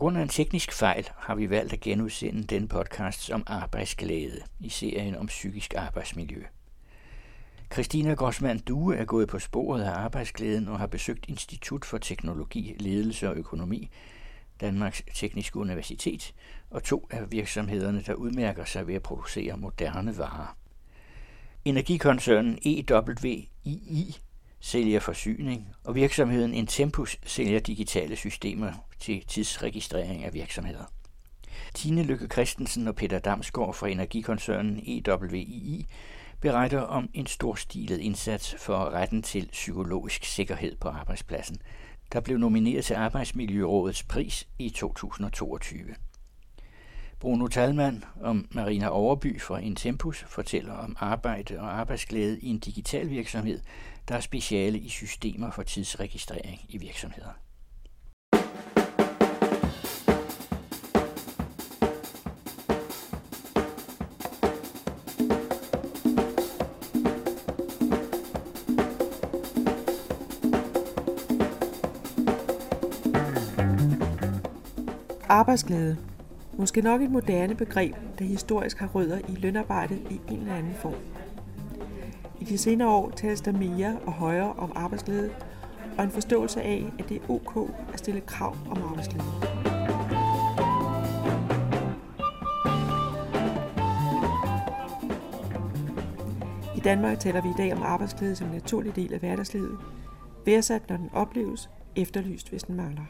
grund af en teknisk fejl har vi valgt at genudsende den podcast om arbejdsglæde i serien om psykisk arbejdsmiljø. Christina Grossmann Due er gået på sporet af arbejdsglæden og har besøgt Institut for Teknologi, Ledelse og Økonomi, Danmarks Tekniske Universitet, og 2 af virksomhederne, der udmærker sig ved at producere moderne varer. Energikoncernen EWII sælger forsyning, og virksomheden Intempus sælger digitale systemer til tidsregistrering af virksomheder. Tine Lykke Christensen og Peter Damsgaard fra energikoncernen EWII beretter om en storstilet indsats for retten til psykologisk sikkerhed på arbejdspladsen, der blev nomineret til Arbejdsmiljørådets pris i 2022. Bruno Thalmann og Marina Overby fra Intempus fortæller om arbejde og arbejdsglæde i en digital virksomhed, der er speciale i systemer for tidsregistrering i virksomheder. Arbejdsglæde. Måske nok et moderne begreb, der historisk har rødder i lønarbejdet i en eller anden form. I de senere år tales der mere og højere om arbejdsglæde, og en forståelse af, at det er ok at stille krav om arbejdsglæde. I Danmark taler vi i dag om arbejdsglæde som en naturlig del af hverdagslivet, værdsat når den opleves, efterlyst hvis den mangler.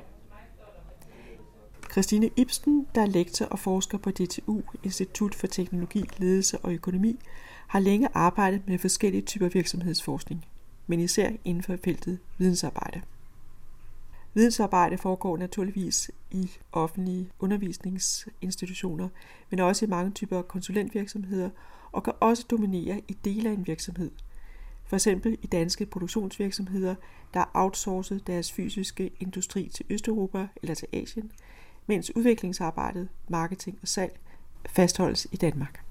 Christine Ibsen, der er lektor og forsker på DTU, Institut for Teknologi, Ledelse og Økonomi, har længe arbejdet med forskellige typer virksomhedsforskning, men især inden for feltet vidensarbejde. Vidensarbejde foregår naturligvis i offentlige undervisningsinstitutioner, men også i mange typer konsulentvirksomheder og kan også dominere i dele af en virksomhed. For eksempel i danske produktionsvirksomheder, der har outsourcet deres fysiske industri til Østeuropa eller til Asien, mens udviklingsarbejdet, marketing og salg fastholdes i Danmark.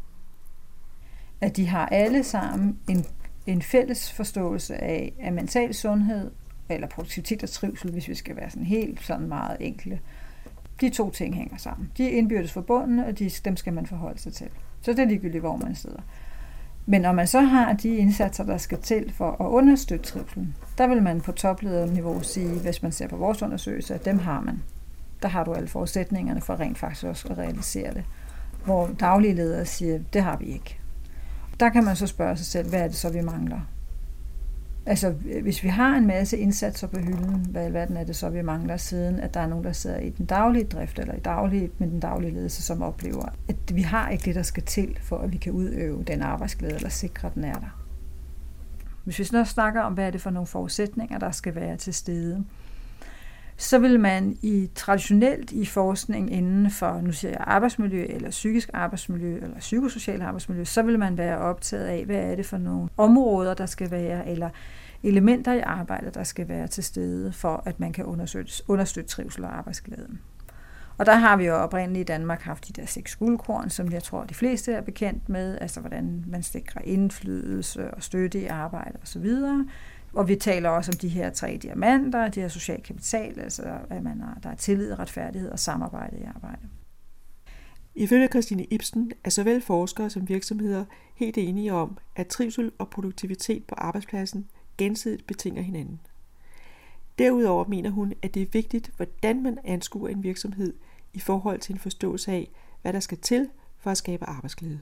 At de har alle sammen en fælles forståelse af, at mental sundhed eller produktivitet og trivsel, hvis vi skal være sådan helt sådan meget enkle, de 2 ting hænger sammen. De er indbyrdes forbundne, og dem skal man forholde sig til. Så det er ligegyldigt, hvor man sidder. Men når man så har de indsatser, der skal til for at understøtte trivselen, der vil man på toplederniveau sige, hvis man ser på vores undersøgelser, at dem har man. Der har du alle forudsætningerne for rent faktisk også at realisere det. Hvor daglige ledere siger, det har vi ikke. Der kan man så spørge sig selv, hvad er det så, vi mangler? Altså, hvis vi har en masse indsatser på hylden, hvad er det så, vi mangler, siden at der er nogen, der sidder i den daglige drift, eller med den daglige ledelse, som oplever, at vi har ikke det, der skal til, for at vi kan udøve den arbejdsglæde, eller sikre, at den er der. Hvis vi så snakker om, hvad er det for nogle forudsætninger, der skal være til stede, så vil man traditionelt i forskning inden for, nu siger jeg arbejdsmiljø, eller psykisk arbejdsmiljø, eller psykosocial arbejdsmiljø, så vil man være optaget af, hvad er det for nogle områder, der skal være, eller elementer i arbejdet, der skal være til stede, for at man kan understøtte trivsel og arbejdsglæde. Og der har vi jo oprindeligt i Danmark haft de der 6 guldkorn, som jeg tror, de fleste er bekendt med, altså hvordan man sikrer indflydelse og støtte i arbejde osv., og vi taler også om de her 3 diamanter, de her social kapital, altså at der er tillid, retfærdighed og samarbejde i arbejde. Ifølge Christine Ibsen er såvel forskere som virksomheder helt enige om, at trivsel og produktivitet på arbejdspladsen gensidigt betinger hinanden. Derudover mener hun, at det er vigtigt, hvordan man anskuer en virksomhed i forhold til en forståelse af, hvad der skal til for at skabe arbejdsglæde.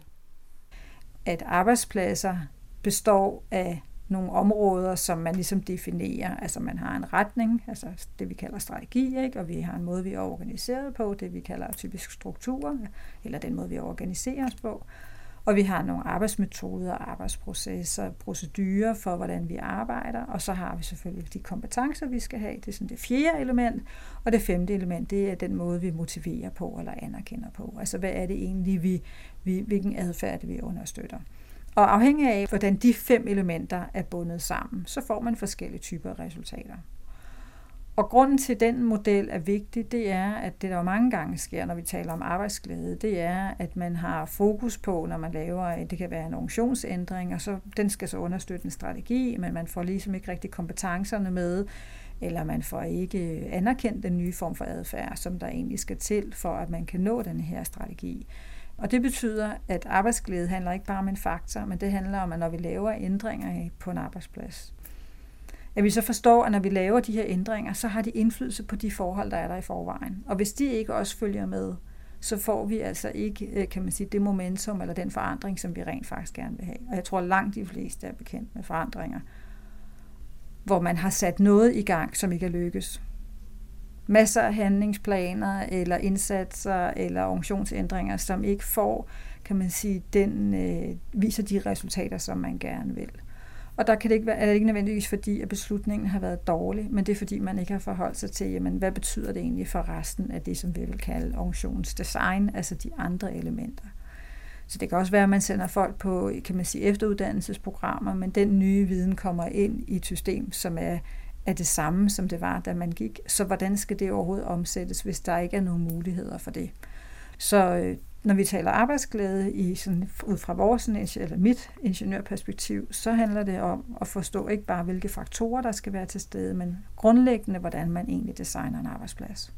At arbejdspladser består af nogle områder, som man ligesom definerer. Altså man har en retning, altså det vi kalder strategi, ikke? Og vi har en måde, vi er organiseret på, det vi kalder typisk strukturer, eller den måde, vi organiserer os på. Og vi har nogle arbejdsmetoder, arbejdsprocesser, procedurer for, hvordan vi arbejder, og så har vi selvfølgelig de kompetencer, vi skal have. Det er sådan det 4. element, og det 5. element, det er den måde, vi motiverer på eller anerkender på. Altså hvad er det egentlig, hvilken adfærd vi understøtter. Og afhængig af, hvordan de 5 elementer er bundet sammen, så får man forskellige typer resultater. Og grunden til, at den model er vigtig, det er, at det der mange gange sker, når vi taler om arbejdsglæde, det er, at man har fokus på, når man laver, det kan være en organisationsændring, og så, den skal så understøtte en strategi, men man får ligesom ikke rigtig kompetencerne med eller man får ikke anerkendt den nye form for adfærd, som der egentlig skal til, for at man kan nå den her strategi. Og det betyder, at arbejdsglæde handler ikke bare om en faktor, men det handler om, at når vi laver ændringer på en arbejdsplads, at vi så forstår, at når vi laver de her ændringer, så har de indflydelse på de forhold, der er der i forvejen. Og hvis de ikke også følger med, så får vi altså ikke, kan man sige, det momentum eller den forandring, som vi rent faktisk gerne vil have. Og jeg tror, langt de fleste er bekendt med forandringer, hvor man har sat noget i gang, som ikke er lykkes. Masser af handlingsplaner eller indsatser eller organisationsændringer, som ikke får, kan man sige, viser de resultater, som man gerne vil. Og der kan det ikke er det ikke nødvendigvis fordi, at beslutningen har været dårlig, men det er fordi, man ikke har forholdt sig til, jamen, hvad betyder det egentlig for resten af det, som vi vil kalde organisationsdesign, altså de andre elementer. Så det kan også være, at man sender folk på, kan man sige, efteruddannelsesprogrammer, men den nye viden kommer ind i et system, som er det samme, som det var, da man gik. Så hvordan skal det overhovedet omsættes, hvis der ikke er nogen muligheder for det? Så når vi taler arbejdsglæde ud fra vores eller mit ingeniørperspektiv, så handler det om at forstå ikke bare, hvilke faktorer, der skal være til stede, men grundlæggende, hvordan man egentlig designer en arbejdsplads.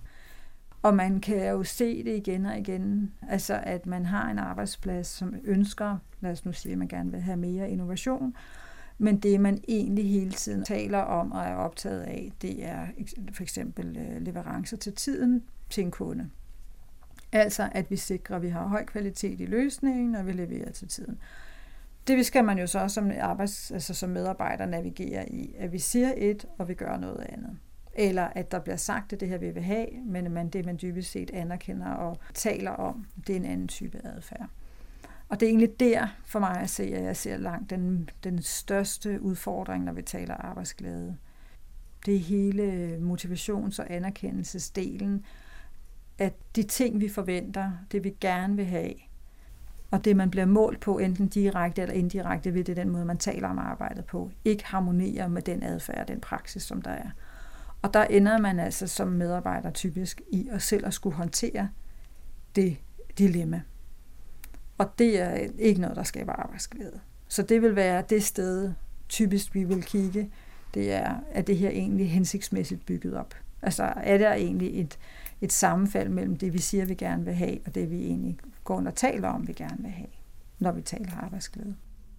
Og man kan jo se det igen og igen, altså at man har en arbejdsplads, som ønsker, lad os nu sige, at man gerne vil have mere innovation, men det, man egentlig hele tiden taler om og er optaget af, det er for eksempel leverancer til tiden til en kunde. Altså, at vi sikrer, at vi har høj kvalitet i løsningen, og vi leverer til tiden. Det skal man jo så som medarbejder navigere i, at vi siger et, og vi gør noget andet. Eller at der bliver sagt, at det her vi vil have, men det man dybest set anerkender og taler om, det er en anden type adfærd. Og det er egentlig der for mig at se, at jeg ser langt den største udfordring, når vi taler arbejdsglæde. Det er hele motivations- og anerkendelsesdelen, at de ting, vi forventer, det vi gerne vil have, og det, man bliver målt på, enten direkte eller indirekte, ved det den måde, man taler om arbejdet på, ikke harmonerer med den adfærd, den praksis, som der er. Og der ender man altså som medarbejder typisk i at selv at skulle håndtere det dilemma. Og det er ikke noget, der skaber arbejdsglæde. Så det vil være det sted, typisk vi vil kigge, det er det her egentlig hensigtsmæssigt bygget op. Altså er der egentlig et sammenfald mellem det, vi siger, vi gerne vil have, og det, vi egentlig går og taler om, vi gerne vil have, når vi taler arbejdsglæde.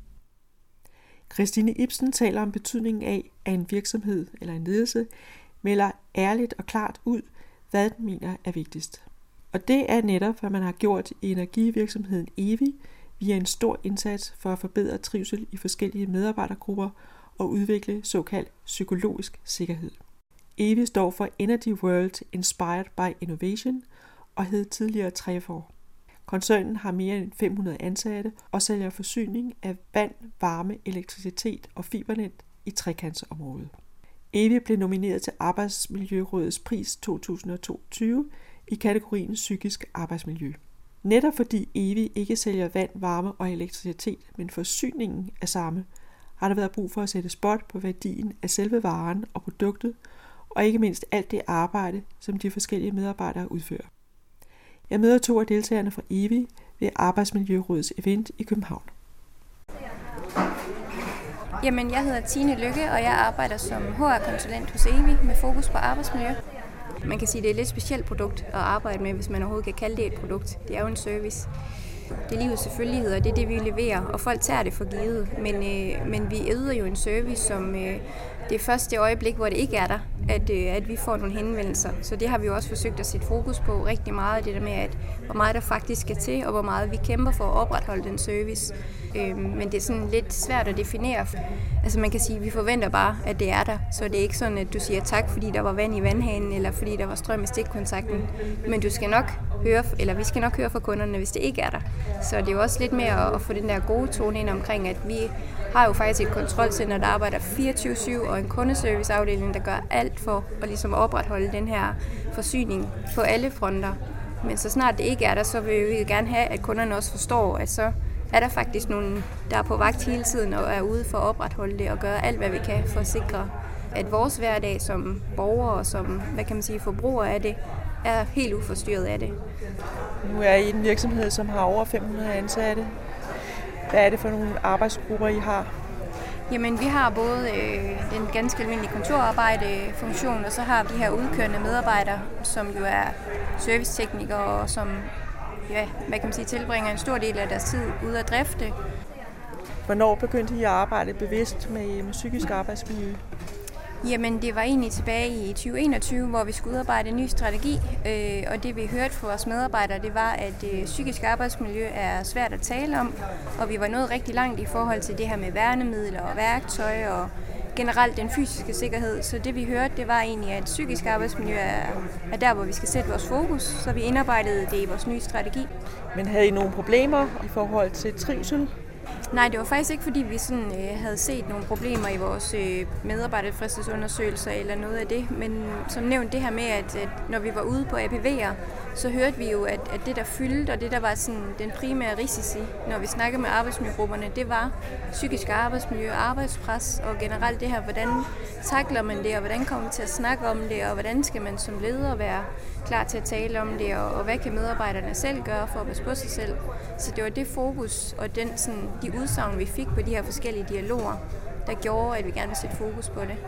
Christine Ibsen taler om betydningen af, at en virksomhed eller en ledelse melder ærligt og klart ud, hvad den mener er vigtigst. Og det er netop, hvad man har gjort i energivirksomheden EVI via en stor indsats for at forbedre trivsel i forskellige medarbejdergrupper og udvikle såkaldt psykologisk sikkerhed. EVI står for Energy World Inspired by Innovation og hed tidligere Trefor. Koncernen har mere end 500 ansatte og sælger forsyning af vand, varme, elektricitet og fibernet i trekantsområdet. EVI blev nomineret til Arbejdsmiljørådets pris 2022 i kategorien psykisk arbejdsmiljø. Netop fordi EVI ikke sælger vand, varme og elektricitet, men forsyningen af samme, har der været brug for at sætte spot på værdien af selve varen og produktet, og ikke mindst alt det arbejde, som de forskellige medarbejdere udfører. Jeg møder 2 af deltagerne fra EVI ved Arbejdsmiljørådets event i København. Jamen, jeg hedder Tine Lykke, og jeg arbejder som HR-konsulent hos EVI med fokus på arbejdsmiljø. Man kan sige, at det er et lidt specielt produkt at arbejde med, hvis man overhovedet kan kalde det et produkt. Det er jo en service. Det er livets selvfølgeligheder, det er det, vi leverer, og folk tager det for givet. Men vi yder jo en service, som det er først det øjeblik, hvor det ikke er der, at vi får nogle henvendelser. Så det har vi jo også forsøgt at sætte fokus på rigtig meget, det der med, hvor meget der faktisk skal til, og hvor meget vi kæmper for at opretholde den service. Men det er sådan lidt svært at definere. Altså man kan sige, at vi forventer bare, at det er der. Så det er ikke sådan, at du siger tak, fordi der var vand i vandhanen, eller fordi der var strøm i stikkontakten. Men du skal nok høre, eller vi skal nok høre fra kunderne, hvis det ikke er der. Så det er jo også lidt mere at få den der gode tone ind omkring, at vi har jo faktisk et kontrolcenter, der arbejder 24/7, og en kundeserviceafdeling, der gør alt for at ligesom opretholde den her forsyning på alle fronter. Men så snart det ikke er der, så vil vi gerne have, at kunderne også forstår, at så er der faktisk nogen, der er på vagt hele tiden og er ude for at opretholde det og gøre alt, hvad vi kan for at sikre, at vores hverdag som borgere og som, hvad kan man sige, forbrugere af det, er helt uforstyrret af det. Nu er I en virksomhed, som har over 500 ansatte. Hvad er det for nogle arbejdsgrupper, I har? Jamen, vi har både den ganske almindelige kontorarbejdefunktion, og så har vi de her udkørende medarbejdere, som jo er serviceteknikere, og som tilbringer en stor del af deres tid ude at drifte. Hvornår begyndte I at arbejde bevidst med psykisk arbejdsmiljø? Jamen, det var egentlig tilbage i 2021, hvor vi skulle udarbejde en ny strategi, og det vi hørte fra vores medarbejdere, det var, at psykisk arbejdsmiljø er svært at tale om, og vi var nået rigtig langt i forhold til det her med værnemidler og værktøj og generelt den fysiske sikkerhed. Så det vi hørte, det var egentlig, at psykisk arbejdsmiljø er der, hvor vi skal sætte vores fokus, så vi indarbejdede det i vores nye strategi. Men havde I nogle problemer i forhold til trivsel? Nej, det var faktisk ikke, fordi vi sådan, havde set nogle problemer i vores medarbejderfristesundersøgelser eller noget af det. Men som nævnt det her med, at når vi var ude på APV'er, så hørte vi jo, at det, der fyldte, og det, der var sådan, den primære risici, når vi snakkede med arbejdsmiljøgrupperne, det var psykisk arbejdsmiljø, arbejdspres og generelt det her, hvordan takler man det, og hvordan kommer vi til at snakke om det, og hvordan skal man som leder være klar til at tale om det, og hvad kan medarbejderne selv gøre for at passe på sig selv. Så det var det fokus og de udsagn, vi fik på de her forskellige dialoger, der gjorde, at vi gerne vil sætte fokus på det.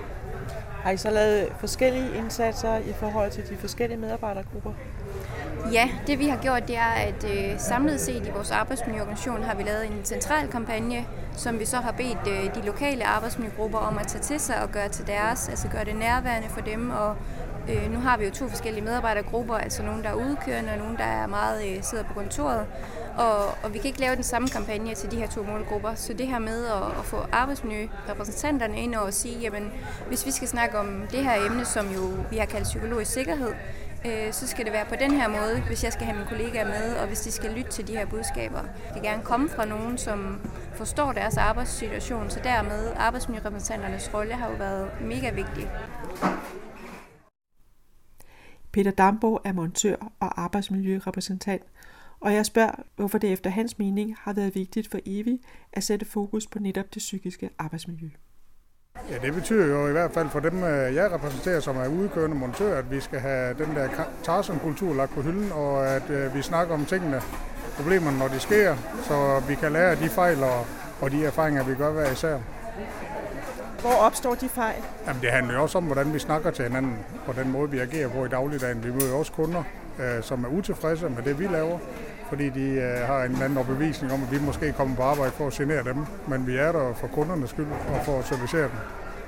Har I så lavet forskellige indsatser i forhold til de forskellige medarbejdergrupper? Ja, det vi har gjort, det er, at samlet set i vores arbejdsmiljøorganisation har vi lavet en central kampagne, som vi så har bedt de lokale arbejdsmiljøgrupper om at tage til sig og gøre til deres, altså gøre det nærværende for dem. Og nu har vi jo 2 forskellige medarbejdergrupper, altså nogle, der er udkørende, og nogle, der er meget sidder på kontoret. Og vi kan ikke lave den samme kampagne til de her 2 målgrupper. Så det her med at få arbejdsmiljørepræsentanterne ind og sige, jamen hvis vi skal snakke om det her emne, som jo vi har kaldt psykologisk sikkerhed, så skal det være på den her måde, hvis jeg skal have mine kollegaer med, og hvis de skal lytte til de her budskaber. Det kan gerne komme fra nogen, som forstår deres arbejdssituation, så dermed arbejdsmiljørepræsentanternes rolle har jo været mega vigtig. Peter Damborg er montør og arbejdsmiljørepræsentant, og jeg spørger, hvorfor det efter hans mening har været vigtigt for EVI at sætte fokus på netop det psykiske arbejdsmiljø. Ja, det betyder jo i hvert fald for dem, jeg repræsenterer, som er udkørende montør, at vi skal have den der Tarzan-kultur lagt på hylden, og at vi snakker om tingene, problemerne, når de sker, så vi kan lære af de fejl og de erfaringer, vi gør hver især. Hvor opstår de fejl? Jamen, det handler jo også om, hvordan vi snakker til hinanden, på den måde, vi agerer på i dagligdagen. Vi møder jo også kunder, som er utilfredse med det, vi laver, fordi de har en anden overbevisning om, at vi måske kommer på arbejde for at genere dem, men vi er der for kundernes skyld og for at servicere dem.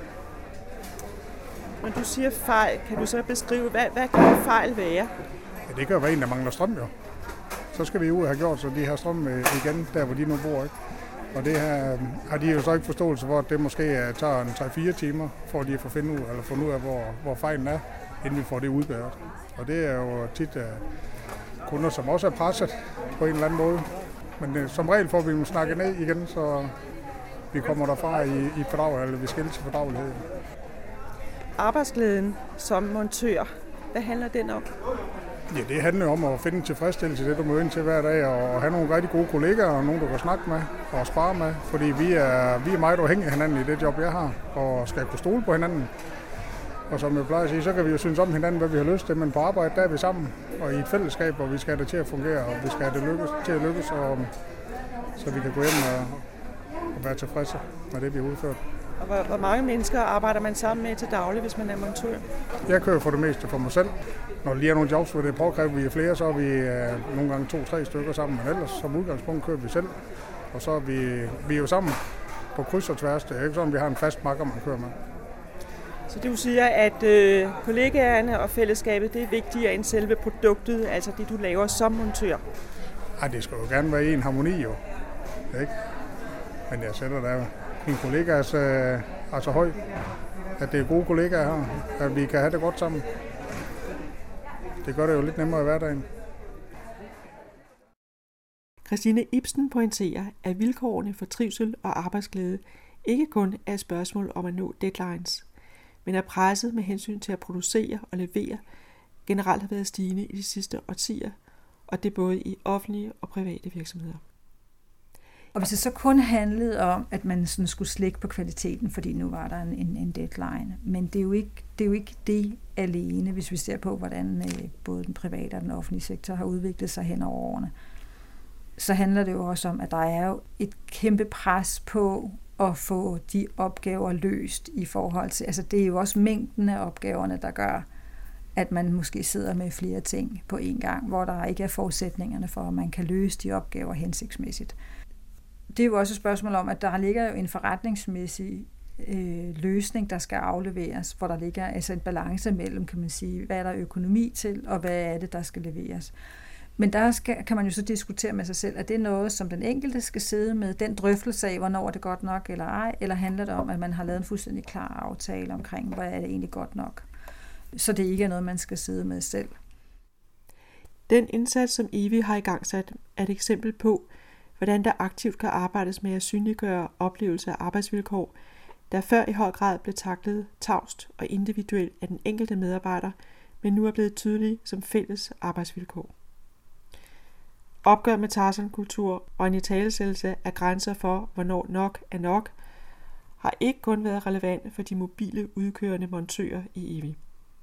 Når du siger fejl, kan du så beskrive, hvad kan fejl være? Ja, det kan jo være en, der mangler strøm, jo. Så skal vi ud og have gjort, så de har strøm igen, der hvor de nu bor, ikke? Og det her har de jo så ikke forståelse for, at det måske tager en 3-4 timer, for de at få fundet ud af, hvor fejlen er, inden vi får det udbedret. Og det er jo tit kunder, som også er presset på en eller anden måde. Men som regel får vi dem snakket ned igen, så vi kommer derfra i fordrag, eller vi skiller til fordragelighed. Arbejdsglæden som montør, hvad handler den om? Ja, det handler om at finde en tilfredsstillelse i det, du møder ind til hver dag, og have nogle rigtig gode kollegaer, og nogen, du kan snakke med og spare med. Fordi vi er meget afhængige af hinanden i det job, jeg har, og skal kunne stole på hinanden. Og som jeg plejer at sige, så kan vi jo synes om hinanden, hvad vi har lyst til, men på arbejde, der er vi sammen, og i et fællesskab, hvor vi skal have det til at fungere, og vi skal have det til at lykkes, og, så vi kan gå hjem og være tilfredse med det, vi har udført. Og hvor mange mennesker arbejder man sammen med til daglig, hvis man er montør? Jeg kører for det meste for mig selv. Når der lige er nogle jobs, hvor det er påkrævet, vi er flere, så er vi nogle gange 2-3 stykker sammen, men ellers som udgangspunkt kører vi selv. Og så er vi er jo sammen på kryds og tværs. Det er ikke sådan, at vi har en fast makker, man kører med. Så du siger, at kollegaerne og fællesskabet, det er vigtigere end selve produktet, altså det, du laver som montør? Ej, det skal jo gerne være i en harmoni, jo. Ikke? Men jeg sætter der mine kollegaer så højt, at det er gode kollegaer her, at vi kan have det godt sammen. Det gør det jo lidt nemmere i hverdagen. Christine Ibsen pointerer, at vilkårene for trivsel og arbejdsglæde ikke kun er et spørgsmål om at nå deadlines, men er presset med hensyn til at producere og levere generelt har været stigende i de sidste årtier, og det både i offentlige og private virksomheder. Og hvis det så kun handlede om, at man sådan skulle slække på kvaliteten, fordi nu var der en deadline, men det er jo ikke det alene, hvis vi ser på, hvordan både den private og den offentlige sektor har udviklet sig hen over årene. Så handler det jo også om, at der er jo et kæmpe pres på at få de opgaver løst i forhold til, altså det er jo også mængden af opgaverne, der gør, at man måske sidder med flere ting på en gang, hvor der ikke er forudsætningerne for, at man kan løse de opgaver hensigtsmæssigt. Det er jo også et spørgsmål om, at der ligger jo en forretningsmæssig løsning, der skal afleveres, hvor der ligger altså en balance mellem, kan man sige, hvad er der økonomi til, og hvad er det, der skal leveres. Men der kan man jo så diskutere med sig selv, at det er noget, som den enkelte skal sidde med, den drøftelse af, hvornår er det godt nok eller ej, eller handler det om, at man har lavet en fuldstændig klar aftale omkring, hvad er det egentlig godt nok. Så det ikke er noget, man skal sidde med selv. Den indsats, som EVI har igangsat, er et eksempel på, hvordan der aktivt kan arbejdes med at synliggøre oplevelse af arbejdsvilkår, der før i høj grad blev taklet tavst og individuelt af den enkelte medarbejder, men nu er blevet tydelige som fælles arbejdsvilkår. Opgør med Tarzan-kultur og en italesættelse af grænser for, hvornår nok er nok, har ikke kun været relevante for de mobile udkørende montører i EVI.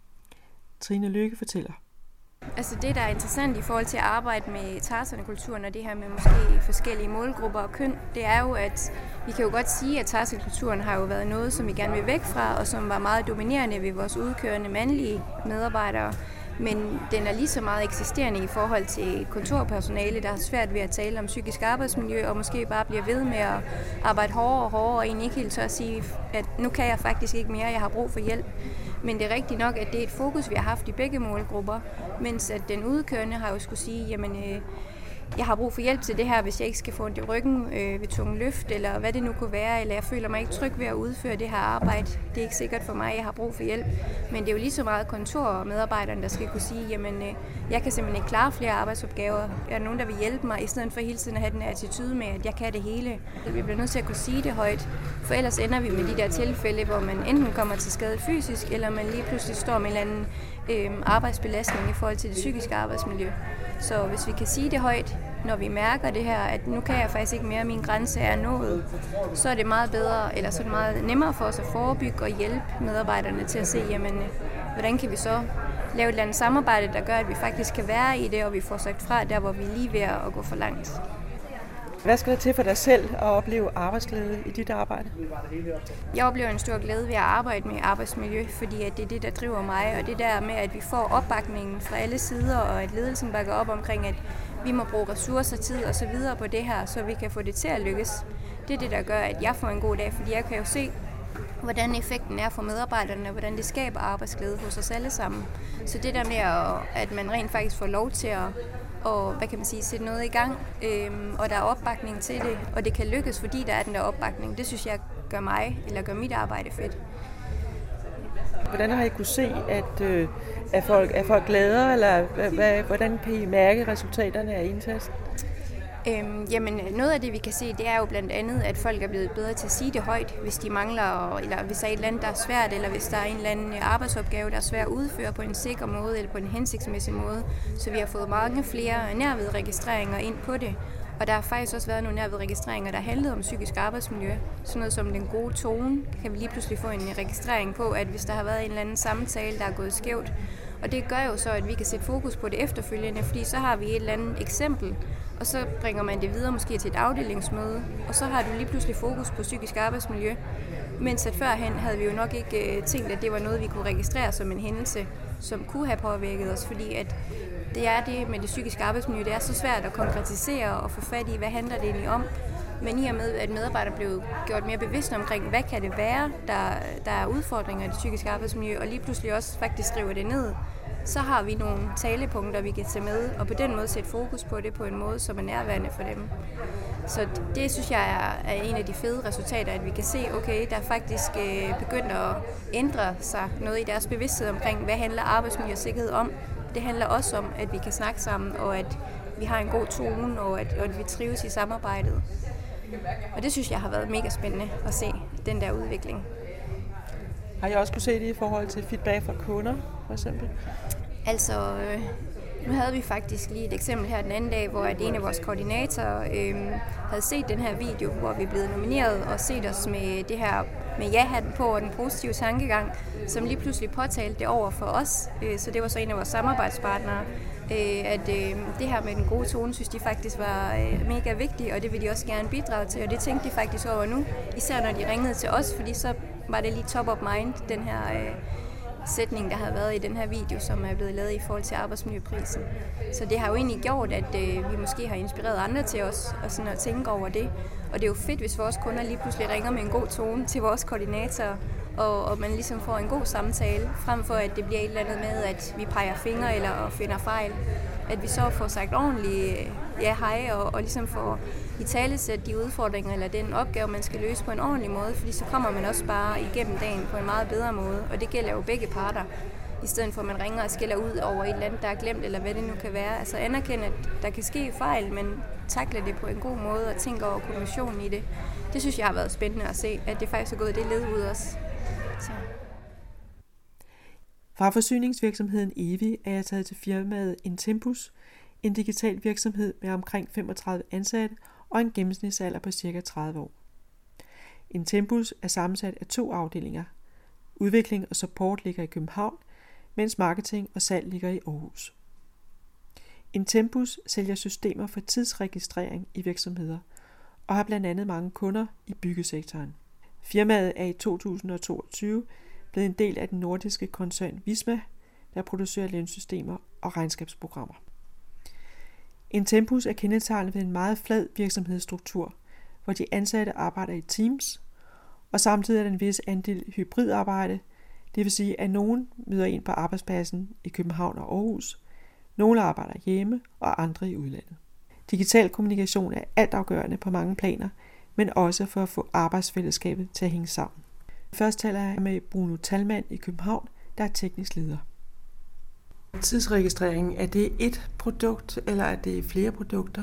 Trine Lykke fortæller. Altså det, der er interessant i forhold til at arbejde med Tarzan-kulturen og det her med måske forskellige målgrupper og køn, det er jo, at vi kan jo godt sige, at Tarzan-kulturen har jo været noget, som vi gerne vil væk fra, og som var meget dominerende ved vores udkørende mandlige medarbejdere. Men den er lige så meget eksisterende i forhold til kontorpersonale, der har svært ved at tale om psykisk arbejdsmiljø, og måske bare bliver ved med at arbejde hårdere og hårdere, og egentlig ikke helt tør at sige, at nu kan jeg faktisk ikke mere, jeg har brug for hjælp. Men det er rigtigt nok, at det er et fokus, vi har haft i begge målgrupper, mens at den udkørende har jo skulle sige, jamen jeg har brug for hjælp til det her, hvis jeg ikke skal få ondt i ryggen ved tunge løft, eller hvad det nu kunne være, eller jeg føler mig ikke tryg ved at udføre det her arbejde. Det er ikke sikkert for mig, jeg har brug for hjælp. Men det er jo lige så meget kontormedarbejderne, der skal kunne sige, jamen jeg kan simpelthen ikke klare flere arbejdsopgaver. Er der nogen, der vil hjælpe mig, i stedet for hele tiden at have den attitude med, at jeg kan det hele. Vi bliver nødt til at kunne sige det højt, for ellers ender vi med de der tilfælde, hvor man enten kommer til skade fysisk, eller man lige pludselig står med en eller anden arbejdsbelastning i forhold til det psykiske arbejdsmiljø. Så hvis vi kan sige det højt, når vi mærker det her, at nu kan jeg faktisk ikke mere, min grænse er nået, så er det meget bedre, eller så er det meget nemmere for os at forebygge og hjælpe medarbejderne til at se, jamen, hvordan kan vi så lave et eller andet samarbejde, der gør, at vi faktisk kan være i det, og vi får sagt fra der, hvor vi er lige ved at gå for langt. Hvad skal der til for dig selv at opleve arbejdsglæde i dit arbejde? Jeg oplever en stor glæde ved at arbejde med arbejdsmiljø, fordi at det er det, der driver mig, og det der med, at vi får opbakningen fra alle sider, og at ledelsen bakker op omkring, at vi må bruge ressourcer, tid og så videre på det her, så vi kan få det til at lykkes. Det er det, der gør, at jeg får en god dag, fordi jeg kan jo se, hvordan effekten er for medarbejderne, og hvordan det skaber arbejdsglæde hos os alle sammen. Så det der med, at man rent faktisk får lov til at hvad kan man sige, sætte noget i gang, og der er opbakning til det, og det kan lykkes, fordi der er den der opbakning. Det synes jeg gør mit arbejde fedt. Hvordan har I kunne se, at folk glade, eller hvordan kan I mærke resultaterne af indsatsen? Jamen noget af det, vi kan se, det er jo blandt andet, at folk er blevet bedre til at sige det højt, hvis de mangler, eller hvis der er et eller andet, der er svært, eller hvis der er en eller anden arbejdsopgave, der er svær at udføre på en sikker måde, eller på en hensigtsmæssig måde. Så vi har fået mange flere nærvedregistreringer ind på det. Og der har faktisk også været nogle nærvedregistreringer, der handlede om psykisk arbejdsmiljø. Sådan noget som den gode tone, kan vi lige pludselig få en registrering på, at hvis der har været en eller anden samtale, der er gået skævt. Og det gør jo så, at vi kan sætte fokus på det efterfølgende, fordi så har vi et eller andet eksempel, og så bringer man det videre måske til et afdelingsmøde, og så har du lige pludselig fokus på psykisk arbejdsmiljø. Mens at førhen havde vi jo nok ikke tænkt, at det var noget, vi kunne registrere som en hændelse, som kunne have påvirket os, fordi at det er det med det psykiske arbejdsmiljø, det er så svært at konkretisere og få fat i, hvad handler det egentlig om. Men i og med, at medarbejdere blev gjort mere bevidste omkring, hvad kan det være, der er udfordringer i det psykiske arbejdsmiljø, og lige pludselig også faktisk skriver det ned, så har vi nogle talepunkter, vi kan tage med, og på den måde sætte fokus på det på en måde, som er nærværende for dem. Så det synes jeg er en af de fede resultater, at vi kan se, okay, der er faktisk begyndt at ændre sig noget i deres bevidsthed omkring, hvad handler arbejdsmiljø og sikkerhed om. Det handler også om, at vi kan snakke sammen, og at vi har en god tone, og at vi trives i samarbejdet. Og det synes jeg har været mega spændende at se, den der udvikling. Har jeg også kunne se det i forhold til feedback fra kunder, for eksempel? Altså, nu havde vi faktisk lige et eksempel her den anden dag, hvor en af vores koordinatorer havde set den her video, hvor vi er blevet nomineret og set os med det her med ja-hatten på og den positive tankegang, som lige pludselig påtalte det over for os. Så det var så en af vores samarbejdspartnere, at det her med den gode tone, synes de faktisk var mega vigtigt, og det vil de også gerne bidrage til, og det tænkte de faktisk over nu, især når de ringede til os, fordi så var det lige top of mind, den her sætning, der havde været i den her video, som er blevet lavet i forhold til arbejdsmiljøprisen. Så det har jo egentlig gjort, at vi måske har inspireret andre til os og sådan at tænke over det. Og det er jo fedt, hvis vores kunder lige pludselig ringer med en god tone til vores koordinatorer, og man ligesom får en god samtale, frem for at det bliver et eller andet med, at vi peger fingre eller finder fejl. At vi så får sagt ordentligt ja, hej, og ligesom får italesæt de udfordringer eller den opgave, man skal løse på en ordentlig måde, fordi så kommer man også bare igennem dagen på en meget bedre måde, og det gælder jo begge parter. I stedet for at man ringer og skælder ud over et eller andet, der er glemt, eller hvad det nu kan være. Altså anerkende, at der kan ske fejl, men takle det på en god måde og tænke over kommunikationen i det. Det synes jeg har været spændende at se, at det faktisk er gået det led ud også. Så. Fra forsyningsvirksomheden Evi er jeg taget til firmaet Intempus, en digital virksomhed med omkring 35 ansatte og en gennemsnitsalder på ca. 30 år. Intempus er sammensat af 2 afdelinger. Udvikling og support ligger i København, mens marketing og salg ligger i Aarhus. Intempus sælger systemer for tidsregistrering i virksomheder og har blandt andet mange kunder i byggesektoren. Firmaet er i 2022 blevet en del af den nordiske koncern Visma, der producerer lønsystemer og regnskabsprogrammer. Intempus er kendetegnet ved en meget flad virksomhedsstruktur, hvor de ansatte arbejder i teams, og samtidig er der en vis andel hybridarbejde, det vil sige, at nogen møder ind på arbejdspladsen i København og Aarhus, nogle arbejder hjemme og andre i udlandet. Digital kommunikation er altafgørende på mange planer, men også for at få arbejdsfællesskabet til at hænge sammen. Først taler jeg med Bruno Talmand i København, der er teknisk leder. Tidsregistrering, er det et produkt, eller er det flere produkter?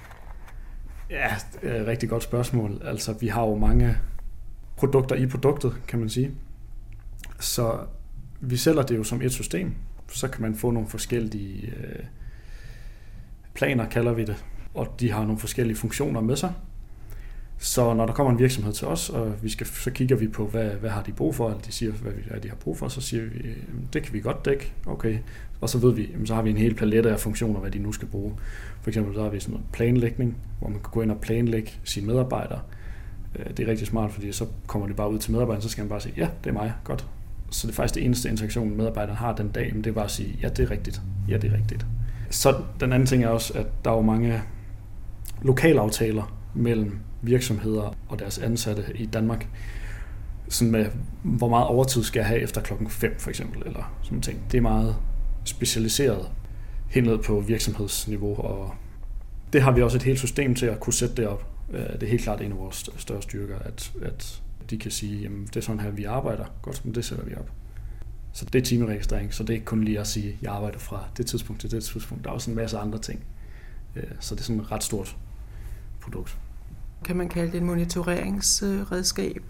Ja, det er et rigtig godt spørgsmål. Altså, vi har jo mange produkter i produktet, kan man sige. Så vi sælger det jo som et system. Så kan man få nogle forskellige planer, kalder vi det. Og de har nogle forskellige funktioner med sig. Så når der kommer en virksomhed til os, og så kigger vi på, hvad har de brug for, eller de siger, hvad de har brug for, så siger vi, det kan vi godt dække, okay. Og så ved vi, så har vi en hel palette af funktioner, hvad de nu skal bruge. For eksempel så har vi sådan noget planlægning, hvor man kan gå ind og planlægge sine medarbejdere. Det er rigtig smart, fordi så kommer de bare ud til medarbejderen, så skal man bare sige, ja, det er mig, godt. Så det er faktisk det eneste interaktion, medarbejderen har den dag, men det er bare at sige, ja, det er rigtigt, ja, det er rigtigt. Så den anden ting er også, at der er jo mange lokalaftaler mellem virksomheder og deres ansatte i Danmark, sådan med, hvor meget overtid skal jeg have efter klokken 5 for eksempel, eller sådan nogle ting. Det er meget specialiseret helt ned på virksomhedsniveau, og det har vi også et helt system til at kunne sætte det op. Det er helt klart en af vores større styrker, at de kan sige, jamen det er sådan her, vi arbejder. Godt, men det sætter vi op. Så det er timeregistrering, så det er ikke kun lige at sige, at jeg arbejder fra det tidspunkt til det tidspunkt. Der er også en masse andre ting. Så det er sådan et ret stort produkt. Kan man kalde det et monitoreringsredskab?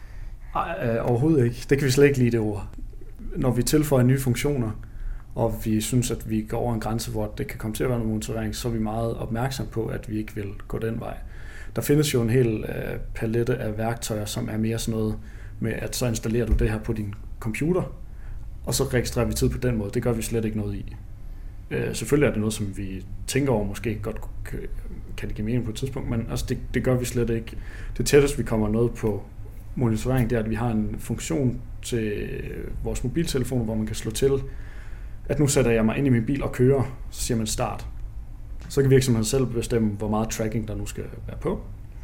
Nej, overhovedet ikke. Det kan vi slet ikke lide det ord. Når vi tilføjer nye funktioner, og vi synes, at vi går over en grænse, hvor det kan komme til at være noget monitorering, så er vi meget opmærksom på, at vi ikke vil gå den vej. Der findes jo en hel palette af værktøjer, som er mere sådan noget med, at så installerer du det her på din computer, og så registrerer vi tid på den måde. Det gør vi slet ikke noget i. Selvfølgelig er det noget, som vi tænker over, måske godt kan det give mening på et tidspunkt, men altså det gør vi slet ikke. Det tætteste, vi kommer noget på monitorering, det er, at vi har en funktion til vores mobiltelefon, hvor man kan slå til, at nu sætter jeg mig ind i min bil og kører, så siger man start. Så kan virksomheden selv bestemme, hvor meget tracking der nu skal være på.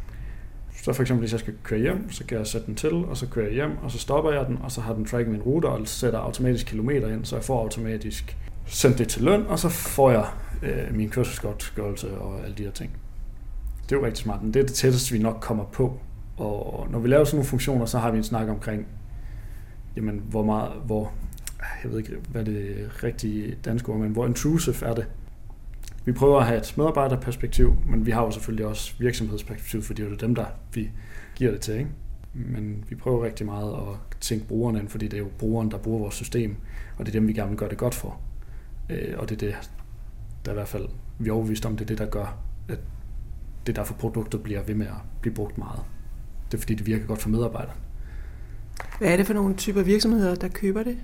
Så for eksempel, hvis jeg skal køre hjem, så kan jeg sætte den til, og så kører jeg hjem, og så stopper jeg den, og så har den tracking min rute, og sætter automatisk kilometer ind, så jeg får automatisk sendt det til løn, og så får jeg min kørselsgodtgørelse og alle de her ting. Det er jo rigtig smart, men det er det tætteste, vi nok kommer på. Og når vi laver sådan nogle funktioner, så har vi en snak omkring, jamen, jeg ved ikke, hvad det rigtige danske ord, men hvor intrusive er det? Vi prøver at have et medarbejderperspektiv, men vi har jo selvfølgelig også virksomhedsperspektiv, fordi det er dem, der vi giver det til, ikke? Men vi prøver rigtig meget at tænke brugerne ind, fordi det er jo brugeren, der bruger vores system, og det er dem, vi gerne vil gøre det godt for. Og det er det, der i hvert fald, vi er overbevist om, det er det, der gør, at det derfor produktet bliver ved med at blive brugt meget. Det er fordi, det virker godt for medarbejderne. Hvad er det for nogle typer virksomheder, der køber det?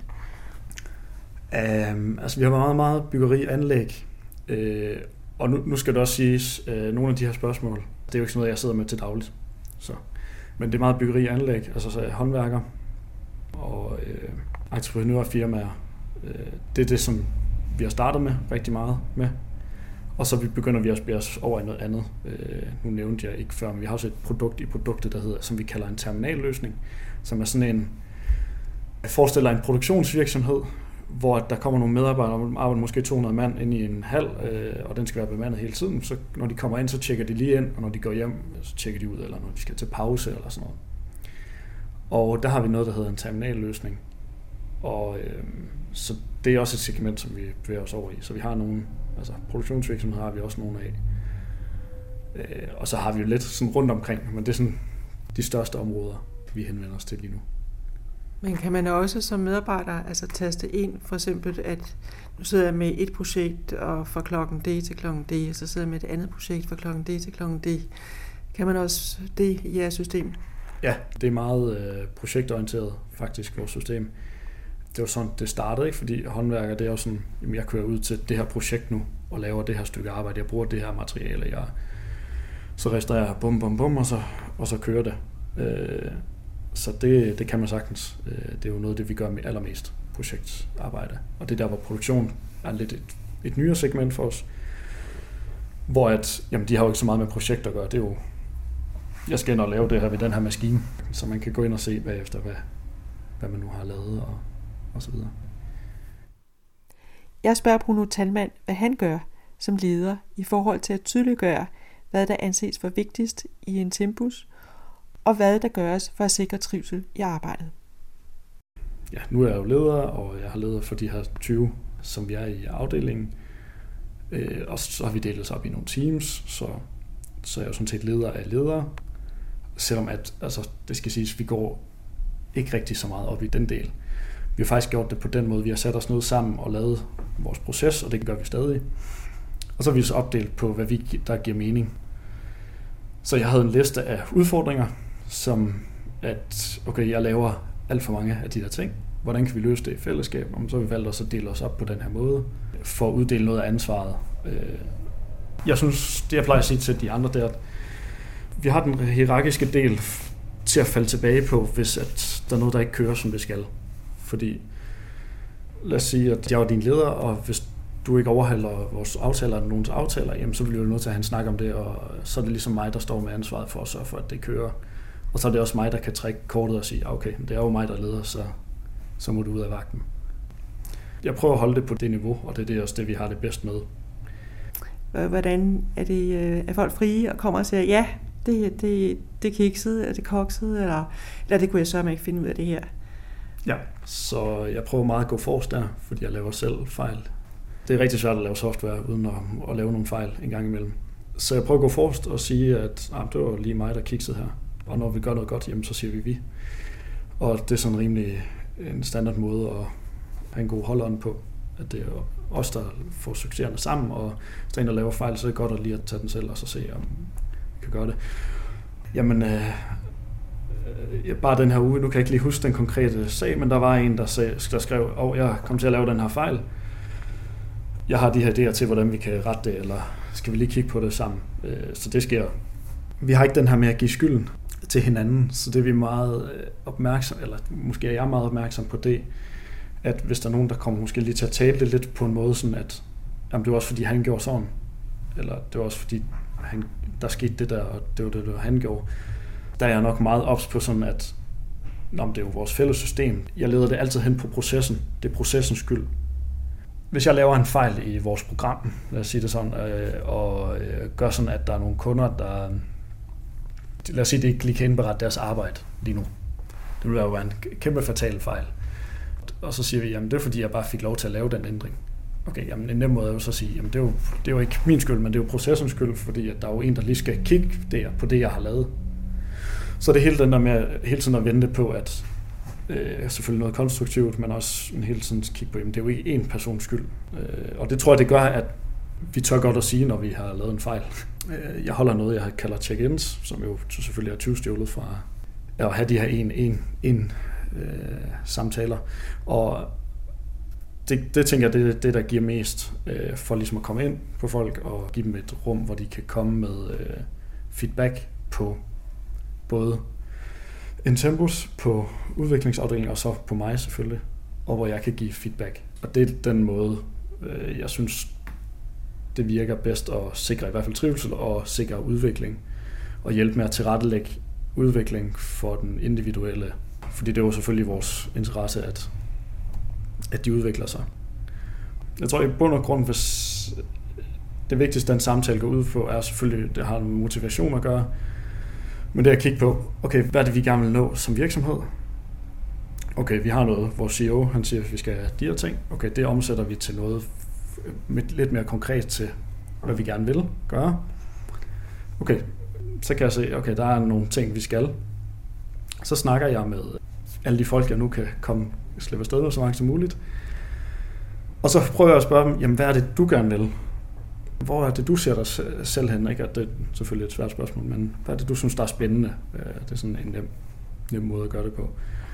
Vi har meget, meget byggeri-anlæg, og nu skal det også siges, nogle af de her spørgsmål, det er jo ikke sådan noget, jeg sidder med til dagligt. Men det er meget byggeri-anlæg, altså så håndværker og entreprenørfirmaer. Det er det, som vi har startet med rigtig meget med. Og så begynder vi at spille os over i noget andet. Nu nævnte jeg ikke før, men vi har også et produkt i produktet, som vi kalder en terminalløsning, som er sådan en, forestiller en produktionsvirksomhed, hvor der kommer nogle medarbejdere, der arbejder måske 200 mand ind i en hal, og den skal være bemandet hele tiden. Så når de kommer ind, så tjekker de lige ind, og når de går hjem, så tjekker de ud, eller når de skal til pause eller sådan noget. Og der har vi noget, der hedder en terminalløsning. Og så det er også et segment, som vi bevæger os over i. Så vi har nogle, altså produktionsvirksomheder har vi også nogle af. Og så har vi jo lidt sådan rundt omkring, men det er sådan de største områder, vi henvender os til lige nu. Men kan man også som medarbejder altså taste ind, for eksempel, at nu sidder jeg med et projekt og fra klokken D til klokken D, og så sidder jeg med et andet projekt fra klokken D til klokken D. Kan man også det i jeres system? Ja, det er meget projektorienteret faktisk, vores system. Det var sådan, det startede, ikke? Fordi håndværker, det er jo sådan, jamen jeg kører ud til det her projekt nu, og laver det her stykke arbejde, jeg bruger det her materiale, så restaurerer jeg bum, og så kører det. Så det kan man sagtens. Det er jo noget af det, vi gør med allermest projektarbejde. Og det der, hvor produktion er lidt et nyere segment for os, hvor de har jo ikke så meget med projekter at gøre. Det er jo, jeg skal ind og lave det her ved den her maskine, så man kan gå ind og se bagefter, hvad man nu har lavet og så videre. Jeg spørger Bruno Thalmann, hvad han gør som leder i forhold til at tydeliggøre, hvad der anses for vigtigst i en tempus, og hvad der gøres for at sikre trivsel i arbejdet. Ja, nu er jeg jo leder, og jeg har ledet for de her 20, som vi er i afdelingen. Og så har vi delt os op i nogle teams, så er jeg jo sådan set leder af ledere. Selvom det skal siges, vi går ikke rigtig så meget op i den del. Vi har faktisk gjort det på den måde, vi har sat os ned sammen og lavet vores proces, og det gør vi stadig. Og så har vi så opdelt på, hvad der giver mening. Så jeg havde en liste af udfordringer, som at, okay, jeg laver alt for mange af de der ting. Hvordan kan vi løse det i fællesskab? Og så har vi valgt også at dele os op på den her måde, for at uddele noget af ansvaret. Jeg synes, det jeg plejer at sige til de andre, det er, at vi har den hierarkiske del til at falde tilbage på, hvis at der er noget, der ikke kører, som det skal. Fordi, lad os sige, at jeg var din leder, og hvis du ikke overholder vores aftaler eller nogens aftaler, jamen så bliver du nødt til at have en snak om det, og så er det ligesom mig, der står med ansvaret for at sørge for, at det kører. Og så er det også mig, der kan trække kortet og sige, okay, det er jo mig, der leder, så må du ud af vagten. Jeg prøver at holde det på det niveau, og det er også det, vi har det bedst med. Hvordan er folk frie og kommer og siger, ja, det er kikset, er det kokset, eller det kunne jeg sørge ikke finde ud af det her? Ja, så jeg prøver meget at gå forrest der, fordi jeg laver selv fejl. Det er rigtig svært at lave software uden at lave nogle fejl en gang imellem. Så jeg prøver at gå forrest og sige, at det var lige mig, der kiksede her. Og når vi gør noget godt, jamen, så siger vi. Og det er sådan rimelig en standard måde at have en god holdånd på. At det er os, der får succeserne sammen, og hvis der er en, der laver fejl, så er det godt at lige at tage den selv og så se, om vi kan gøre det. Jamen, bare den her uge, nu kan jeg ikke lige huske den konkrete sag, men der var en, der skrev, jeg kom til at lave den her fejl. Jeg har de her idéer til, hvordan vi kan rette det, eller skal vi lige kigge på det sammen? Så det sker. Vi har ikke den her med at give skylden til hinanden, så det er vi meget opmærksom, eller måske er jeg meget opmærksom på det, at hvis der er nogen, der kommer måske lige til at tale det lidt på en måde, sådan at jamen, det var også fordi, han gjorde sådan, eller det var også fordi, der skete det der, og det var det, han gjorde. Der er jeg nok meget ops på sådan, at det er jo vores fælles system. Jeg leder det altid hen på processen. Det er processens skyld. Hvis jeg laver en fejl i vores program, lad os sige det sådan, og gør sådan, at der er nogle kunder, der, lad os sige, det ikke lige kan indberette deres arbejde lige nu. Det vil jo være en kæmpe fatal fejl. Og så siger vi, jamen det er fordi, jeg bare fik lov til at lave den ændring. Okay, jamen en nem måde er jo så at sige, jamen det er jo ikke min skyld, men det er jo processens skyld, fordi at der er jo en, der lige skal kigge på det, jeg har lavet. Så det er hele den der med hele tiden at vente på, at selvfølgelig noget konstruktivt, men også hele tiden kigge på, jamen det er jo ikke én persons skyld. Og det tror jeg, det gør, at vi tør godt at sige, når vi har lavet en fejl. Jeg holder noget, jeg kalder check-ins, som jo selvfølgelig er 20 stjålet fra at have de her samtaler. Og det tænker jeg, det er det, der giver mest for ligesom at komme ind på folk og give dem et rum, hvor de kan komme med feedback på både Intembus, på udviklingsafdelingen og så på mig selvfølgelig, og hvor jeg kan give feedback. Og det er den måde, jeg synes, det virker bedst at sikre i hvert fald trivsel og sikre udvikling og hjælpe med at tilrettelægge udvikling for den individuelle. Fordi det er jo selvfølgelig vores interesse, at de udvikler sig. Jeg tror i bund og grund, hvis det vigtigste, den samtale går ud på, er selvfølgelig, det har med motivation at gøre. Men det er at kigge på, okay, hvad er det, vi gerne vil nå som virksomhed? Okay, vi har noget, vores CEO, han siger, at vi skal have de her ting. Okay, det omsætter vi til noget lidt mere konkret til, hvad vi gerne vil gøre. Okay, så kan jeg se, okay, der er nogle ting, vi skal. Så snakker jeg med alle de folk, jeg nu kan slippe afsted med så mange som muligt. Og så prøver jeg at spørge dem, jamen, hvad er det, du gerne vil? Hvor er det, du ser dig selv hen? Ikke? Det er selvfølgelig et svært spørgsmål, men hvad er det, du synes, der er spændende? Det er sådan en nem måde at gøre det på.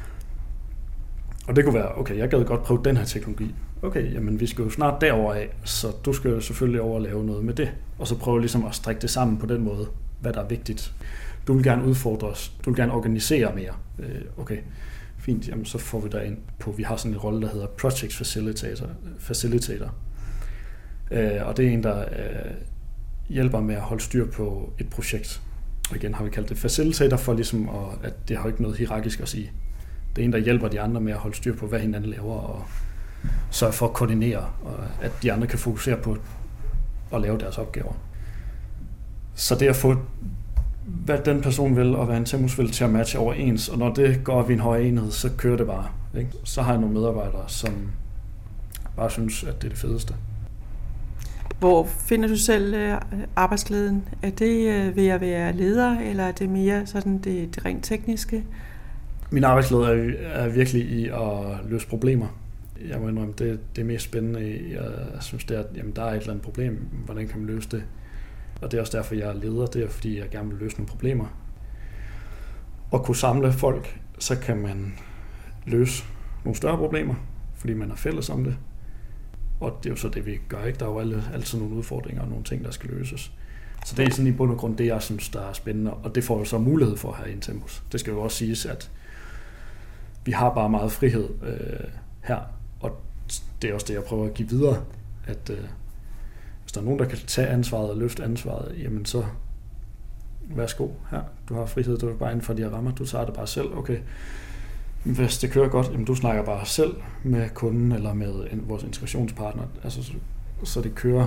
Og det kunne være, okay, jeg gad godt prøve den her teknologi. Okay, jamen vi skal jo snart derover af, så du skal jo selvfølgelig over og lave noget med det. Og så prøve ligesom at strikke det sammen på den måde, hvad der er vigtigt. Du vil gerne udfordre os, du vil gerne organisere mere. Okay, fint, jamen så får vi derind på, vi har sådan en rolle, der hedder Project Facilitator. Og det er en, der hjælper med at holde styr på et projekt. Og igen har vi kaldt det Facilitator, for ligesom at det har ikke noget hierarkisk at sige. Det er en, der hjælper de andre med at holde styr på, hvad hinanden laver, og sørge for at koordinere, og at de andre kan fokusere på at lave deres opgaver. Så det at få, hvad den person vil, og hvad en Intembus vil, til at matche overens, og når det går op i en høj enhed, så kører det bare. Ikke? Så har jeg nogle medarbejdere, som bare synes, at det er det fedeste. Hvor finder du selv arbejdsglæden? Er det ved at være leder, eller er det mere sådan det rent tekniske? Min arbejdsglæde er virkelig i at løse problemer. Jeg må indrømme, det mest spændende. Jeg synes, det er, at jamen, der er et eller andet problem. Hvordan kan man løse det? Og det er også derfor, jeg er leder. Det er, fordi jeg gerne vil løse nogle problemer. Og kunne samle folk, så kan man løse nogle større problemer, fordi man er fælles om det. Og det er jo så det, vi gør, ikke? Der er jo altid nogle udfordringer og nogle ting, der skal løses. Så det er sådan i bund og grund det, jeg synes, der er spændende. Og det får jo så mulighed for her i Intembus. Det skal jo også siges, at vi har bare meget frihed her. Og det er også det, jeg prøver at give videre. At hvis der er nogen, der kan tage ansvaret og løfte ansvaret, jamen så værsgo her. Du har frihed, du er bare inden for de her rammer. Du tager det bare selv. Okay. Hvis det kører godt, jamen du snakker bare selv med kunden eller med vores integrationspartner. Altså, så det kører.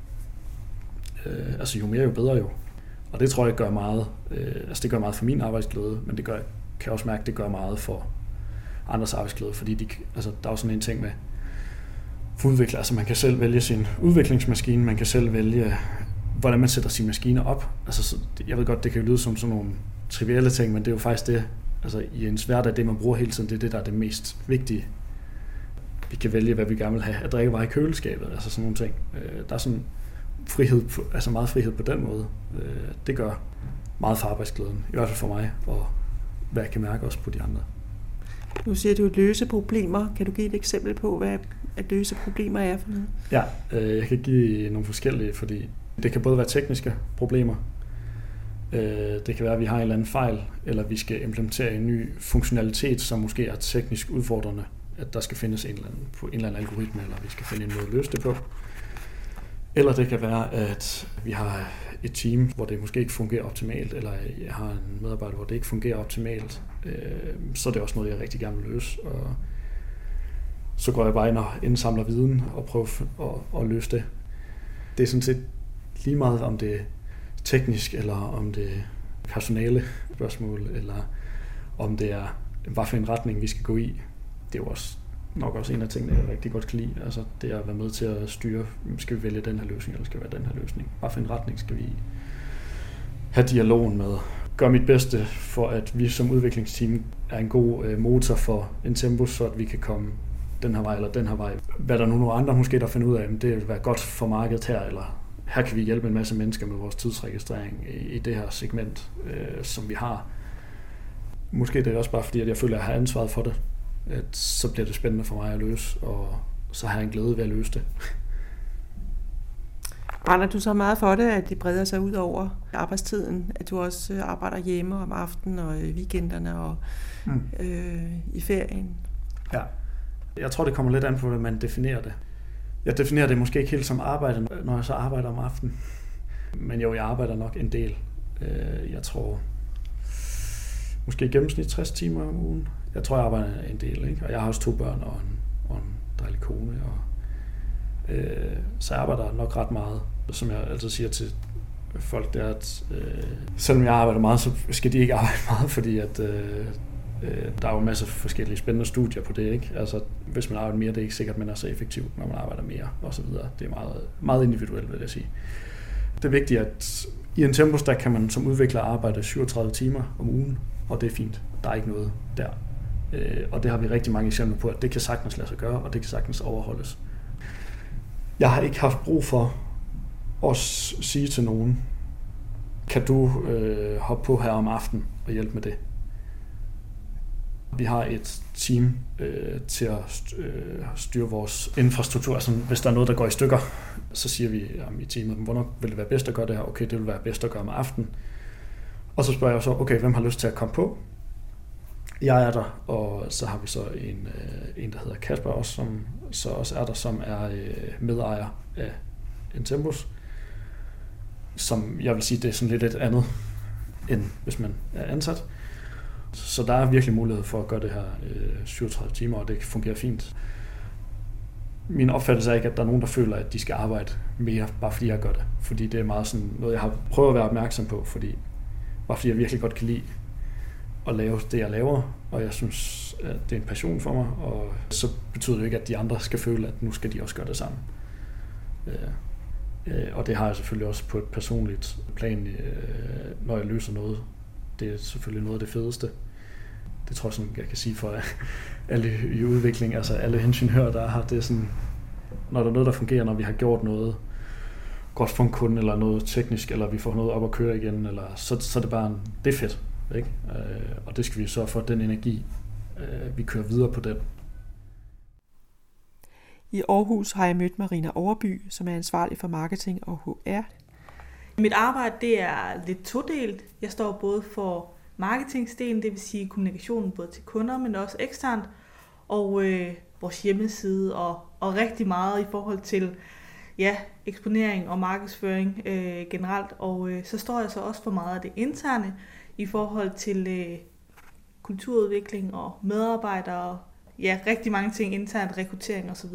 Altså jo mere, jo bedre jo. Og det tror jeg gør meget. Altså det gør meget for min arbejdsglæde, men kan jeg også mærke, det gør meget for andres arbejdsglæde, fordi altså, der er jo sådan en ting med for udvikler. Altså man kan selv vælge sin udviklingsmaskine, man kan selv vælge, hvordan man sætter sine maskiner op. Altså, jeg ved godt, det kan jo lyde som sådan nogle trivielle ting, men det er jo faktisk det, altså i ens hverdag, det man bruger hele tiden, det er det, der er det mest vigtige. Vi kan vælge, hvad vi gerne vil have at drikkevarer i køleskabet, altså sådan nogle ting. Der er sådan frihed, altså meget frihed på den måde. Det gør meget for arbejdsglæden, i hvert fald for mig, og hvad jeg kan mærke også på de andre. Nu siger du at løse problemer. Kan du give et eksempel på, hvad at løse problemer er for noget? Ja, jeg kan give nogle forskellige, fordi det kan både være tekniske problemer. Det kan være, at vi har en eller anden fejl, eller vi skal implementere en ny funktionalitet, som måske er teknisk udfordrende. At der skal findes en eller anden algoritme, eller vi skal finde en måde at løse det på. Eller det kan være, at vi har et team, hvor det måske ikke fungerer optimalt, eller jeg har en medarbejder, hvor det ikke fungerer optimalt. Så er det også noget, jeg rigtig gerne vil løse. Og så går jeg bare ind og indsamler viden og prøver at løse det. Det er sådan set lige meget, om det er teknisk, eller om det er personale spørgsmål, eller om det er, hvad for en retning vi skal gå i. Det er jo også nok også en af tingene, jeg rigtig godt kan lide. Altså det er at være med til at styre, skal vi vælge den her løsning, eller skal vi være den her løsning? Hvad for en retning skal vi have dialogen med? Gør mit bedste for, at vi som udviklingsteam er en god motor for Intembus, så at vi kan komme den her vej eller den her vej. Hvad der nu nogle andre måske, der finder ud af, det vil være godt for markedet her, eller her kan vi hjælpe en masse mennesker med vores tidsregistrering i det her segment, som vi har. Måske det er også bare fordi, at jeg føler, at jeg har ansvaret for det. så bliver det spændende for mig at løse, og så har jeg en glæde ved at løse det. Brænder du så meget for det, at det breder sig ud over arbejdstiden? At du også arbejder hjemme om aftenen og i weekenderne og i ferien? Ja, jeg tror, det kommer lidt an på, hvordan man definerer det. Jeg definerer det måske ikke helt som arbejde, når jeg så arbejder om aftenen. Men jo, jeg arbejder nok en del. Jeg tror måske i gennemsnit 60 timer om ugen. Jeg tror, jeg arbejder en del, ikke? Og jeg har også 2 børn og en dejlig kone. Så jeg arbejder nok ret meget. Som jeg altid siger til folk, det er, at selvom jeg arbejder meget, så skal de ikke arbejde meget, fordi at, der er jo masser af forskellige spændende studier på det, ikke? Altså, hvis man arbejder mere, det er ikke sikkert, at man er så effektiv, når man arbejder mere, og så videre. Det er meget, meget individuelt, vil jeg sige. Det er vigtigt, at i Intembus, der kan man som udvikler arbejde 37 timer om ugen, og det er fint. Der er ikke noget der. Og det har vi rigtig mange eksempler på, at det kan sagtens lade sig gøre, og det kan sagtens overholdes. Jeg har ikke haft brug for at sige til nogen, kan du hoppe på her om aftenen og hjælpe med det? Vi har et team til at styre vores infrastruktur. Altså, hvis der er noget, der går i stykker, så siger vi i teamet, hvornår vil det være bedst at gøre det her? Okay, det vil være bedst at gøre om aftenen. Og så spørger jeg så, okay, hvem har lyst til at komme på? Jeg er der, og så har vi så en der hedder Kasper også, som så også er der, som er medejer af Intembus. Som jeg vil sige, det er sådan lidt et andet, end hvis man er ansat. Så der er virkelig mulighed for at gøre det her 37 timer, og det fungerer fint. Min opfattelse er ikke, at der er nogen, der føler, at de skal arbejde mere, bare fordi jeg gør det. Fordi det er meget sådan noget, jeg har prøvet at være opmærksom på, bare fordi jeg virkelig godt kan lide at lave det, jeg laver, og jeg synes, at det er en passion for mig, og så betyder det ikke, at de andre skal føle, at nu skal de også gøre det samme. Og det har jeg selvfølgelig også på et personligt plan, når jeg løser noget. Det er selvfølgelig noget af det fedeste. Det tror jeg sådan, jeg kan sige for alle i udvikling, altså alle hensynhører, der har det sådan, når der er noget, der fungerer, når vi har gjort noget godt for en kunde, eller noget teknisk, eller vi får noget op at køre igen, eller så er det bare det er fedt, ikke? Og det skal vi sørge for, den energi, vi kører videre på den. I Aarhus har jeg mødt Marina Overby, som er ansvarlig for marketing og HR. Mit arbejde det er lidt todelt. Jeg står både for marketingsdelen, det vil sige kommunikationen både til kunder, men også eksternt, og vores hjemmeside og rigtig meget i forhold til eksponering og markedsføring generelt. Og så står jeg så også for meget af det interne i forhold til kulturudvikling og medarbejdere, rigtig mange ting internt, rekruttering osv.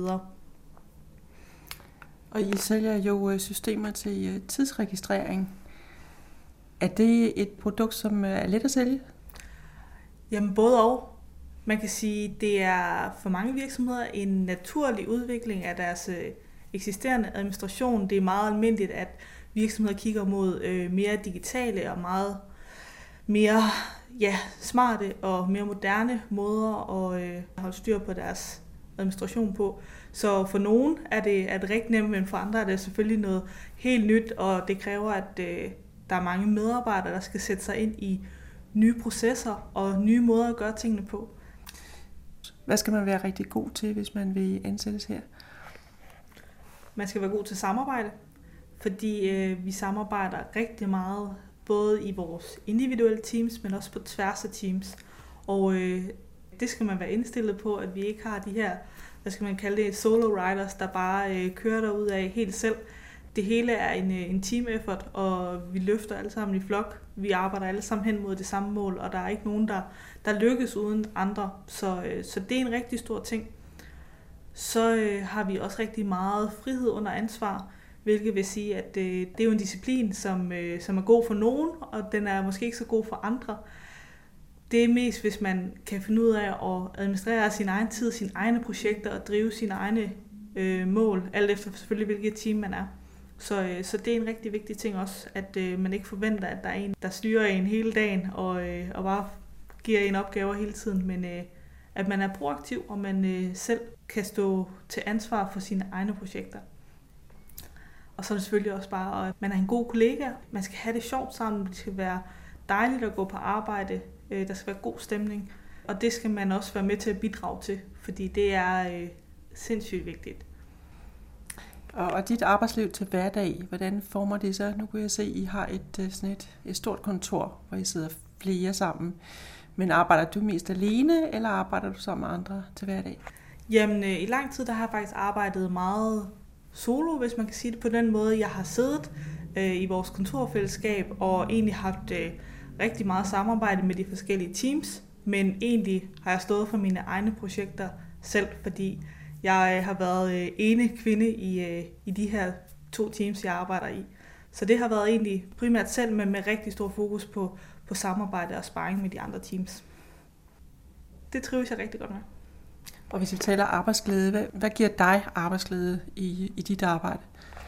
Og I sælger jo systemer til tidsregistrering. Er det et produkt, som er let at sælge? Jamen både og. Man kan sige, det er for mange virksomheder en naturlig udvikling af deres eksisterende administration. Det er meget almindeligt, at virksomheder kigger mod mere digitale og meget mere smarte og mere moderne måder at holde styr på deres administration på. Så for nogen er det rigtig nemt, men for andre er det selvfølgelig noget helt nyt, og det kræver, at der er mange medarbejdere, der skal sætte sig ind i nye processer og nye måder at gøre tingene på. Hvad skal man være rigtig god til, hvis man vil ansættes her? Man skal være god til samarbejde, fordi vi samarbejder rigtig meget, både i vores individuelle teams, men også på tværs af teams. Og det skal man være indstillet på, at vi ikke har de her, hvad skal man kalde det, solo riders, der bare kører derud af helt selv. Det hele er en team effort, og vi løfter alle sammen i flok. Vi arbejder alle sammen hen mod det samme mål, og der er ikke nogen, der lykkes uden andre. Så det er en rigtig stor ting. Så har vi også rigtig meget frihed under ansvar, hvilket vil sige, at det er jo en disciplin, som er god for nogen, og den er måske ikke så god for andre. Det er mest, hvis man kan finde ud af at administrere sin egen tid, sine egne projekter og drive sine egne mål, alt efter selvfølgelig, hvilket team man er. Så det er en rigtig vigtig ting også, at man ikke forventer, at der er en, der styrer en hele dagen og bare giver en opgaver hele tiden, men at man er proaktiv, og man selv kan stå til ansvar for sine egne projekter. Og så er det selvfølgelig også bare, at man er en god kollega, man skal have det sjovt sammen, det skal være dejligt at gå på arbejde, der skal være god stemning. Og det skal man også være med til at bidrage til, fordi det er sindssygt vigtigt. Og dit arbejdsliv til hverdag, hvordan former det sig? Nu kunne jeg se, at I har et stort kontor, hvor I sidder flere sammen. Men arbejder du mest alene, eller arbejder du sammen med andre til hverdag? Jamen, i lang tid der har jeg faktisk arbejdet meget solo, hvis man kan sige det på den måde. Jeg har siddet i vores kontorfællesskab og egentlig haft rigtig meget samarbejde med de forskellige teams, men egentlig har jeg stået for mine egne projekter selv, fordi jeg har været ene kvinde i de her 2 teams, jeg arbejder i. Så det har været egentlig primært selv, men med rigtig stor fokus på samarbejde og sparring med de andre teams. Det trives jeg rigtig godt med. Og hvis vi taler arbejdsglæde, hvad giver dig arbejdsglæde i dit arbejde?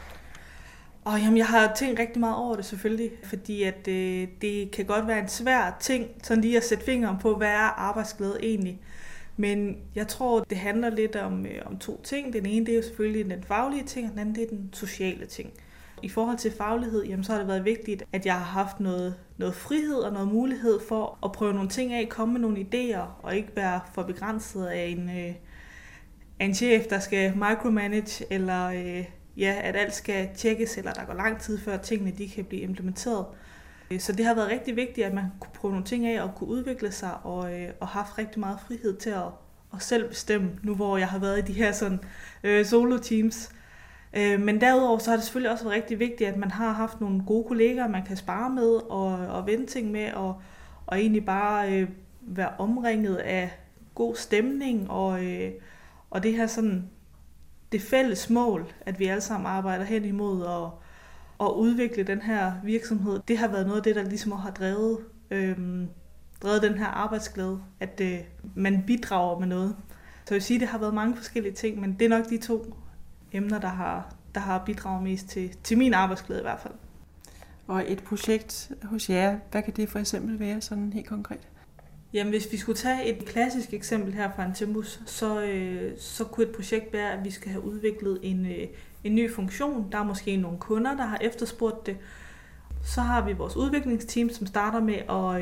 Jamen, jeg har tænkt rigtig meget over det selvfølgelig, fordi at det kan godt være en svær ting, sådan lige at sætte fingeren på, hvad er arbejdsglæde egentlig. Men jeg tror, det handler lidt om 2 ting. Den ene det er jo selvfølgelig den faglige ting, og den anden det er den sociale ting. I forhold til faglighed, jamen, så har det været vigtigt, at jeg har haft noget frihed og noget mulighed for at prøve nogle ting af, komme med nogle idéer, og ikke være for begrænset af en chef, der skal micromanage, eller at alt skal tjekkes, eller der går lang tid før tingene de kan blive implementeret. Så det har været rigtig vigtigt, at man kunne prøve nogle ting af og kunne udvikle sig, og haft rigtig meget frihed til at selv bestemme, nu hvor jeg har været i de her sådan, solo-teams. Men derudover så har det selvfølgelig også været rigtig vigtigt, at man har haft nogle gode kollegaer, man kan spare med og vende ting med, og egentlig bare være omringet af god stemning, og det her sådan, det fælles mål, at vi alle sammen arbejder hen imod at udvikle den her virksomhed. Det har været noget af det, der ligesom har drevet den her arbejdsglæde, at man bidrager med noget. Så jeg vil sige, at det har været mange forskellige ting, men det er nok de 2 emner, der har bidraget mest til min arbejdsglæde i hvert fald. Og et projekt hos jer, hvad kan det for eksempel være sådan helt konkret? Jamen, hvis vi skulle tage et klassisk eksempel her fra Antembus, så kunne et projekt være, at vi skal have udviklet en ny funktion. Der er måske nogle kunder, der har efterspurgt det. Så har vi vores udviklingsteam, som starter med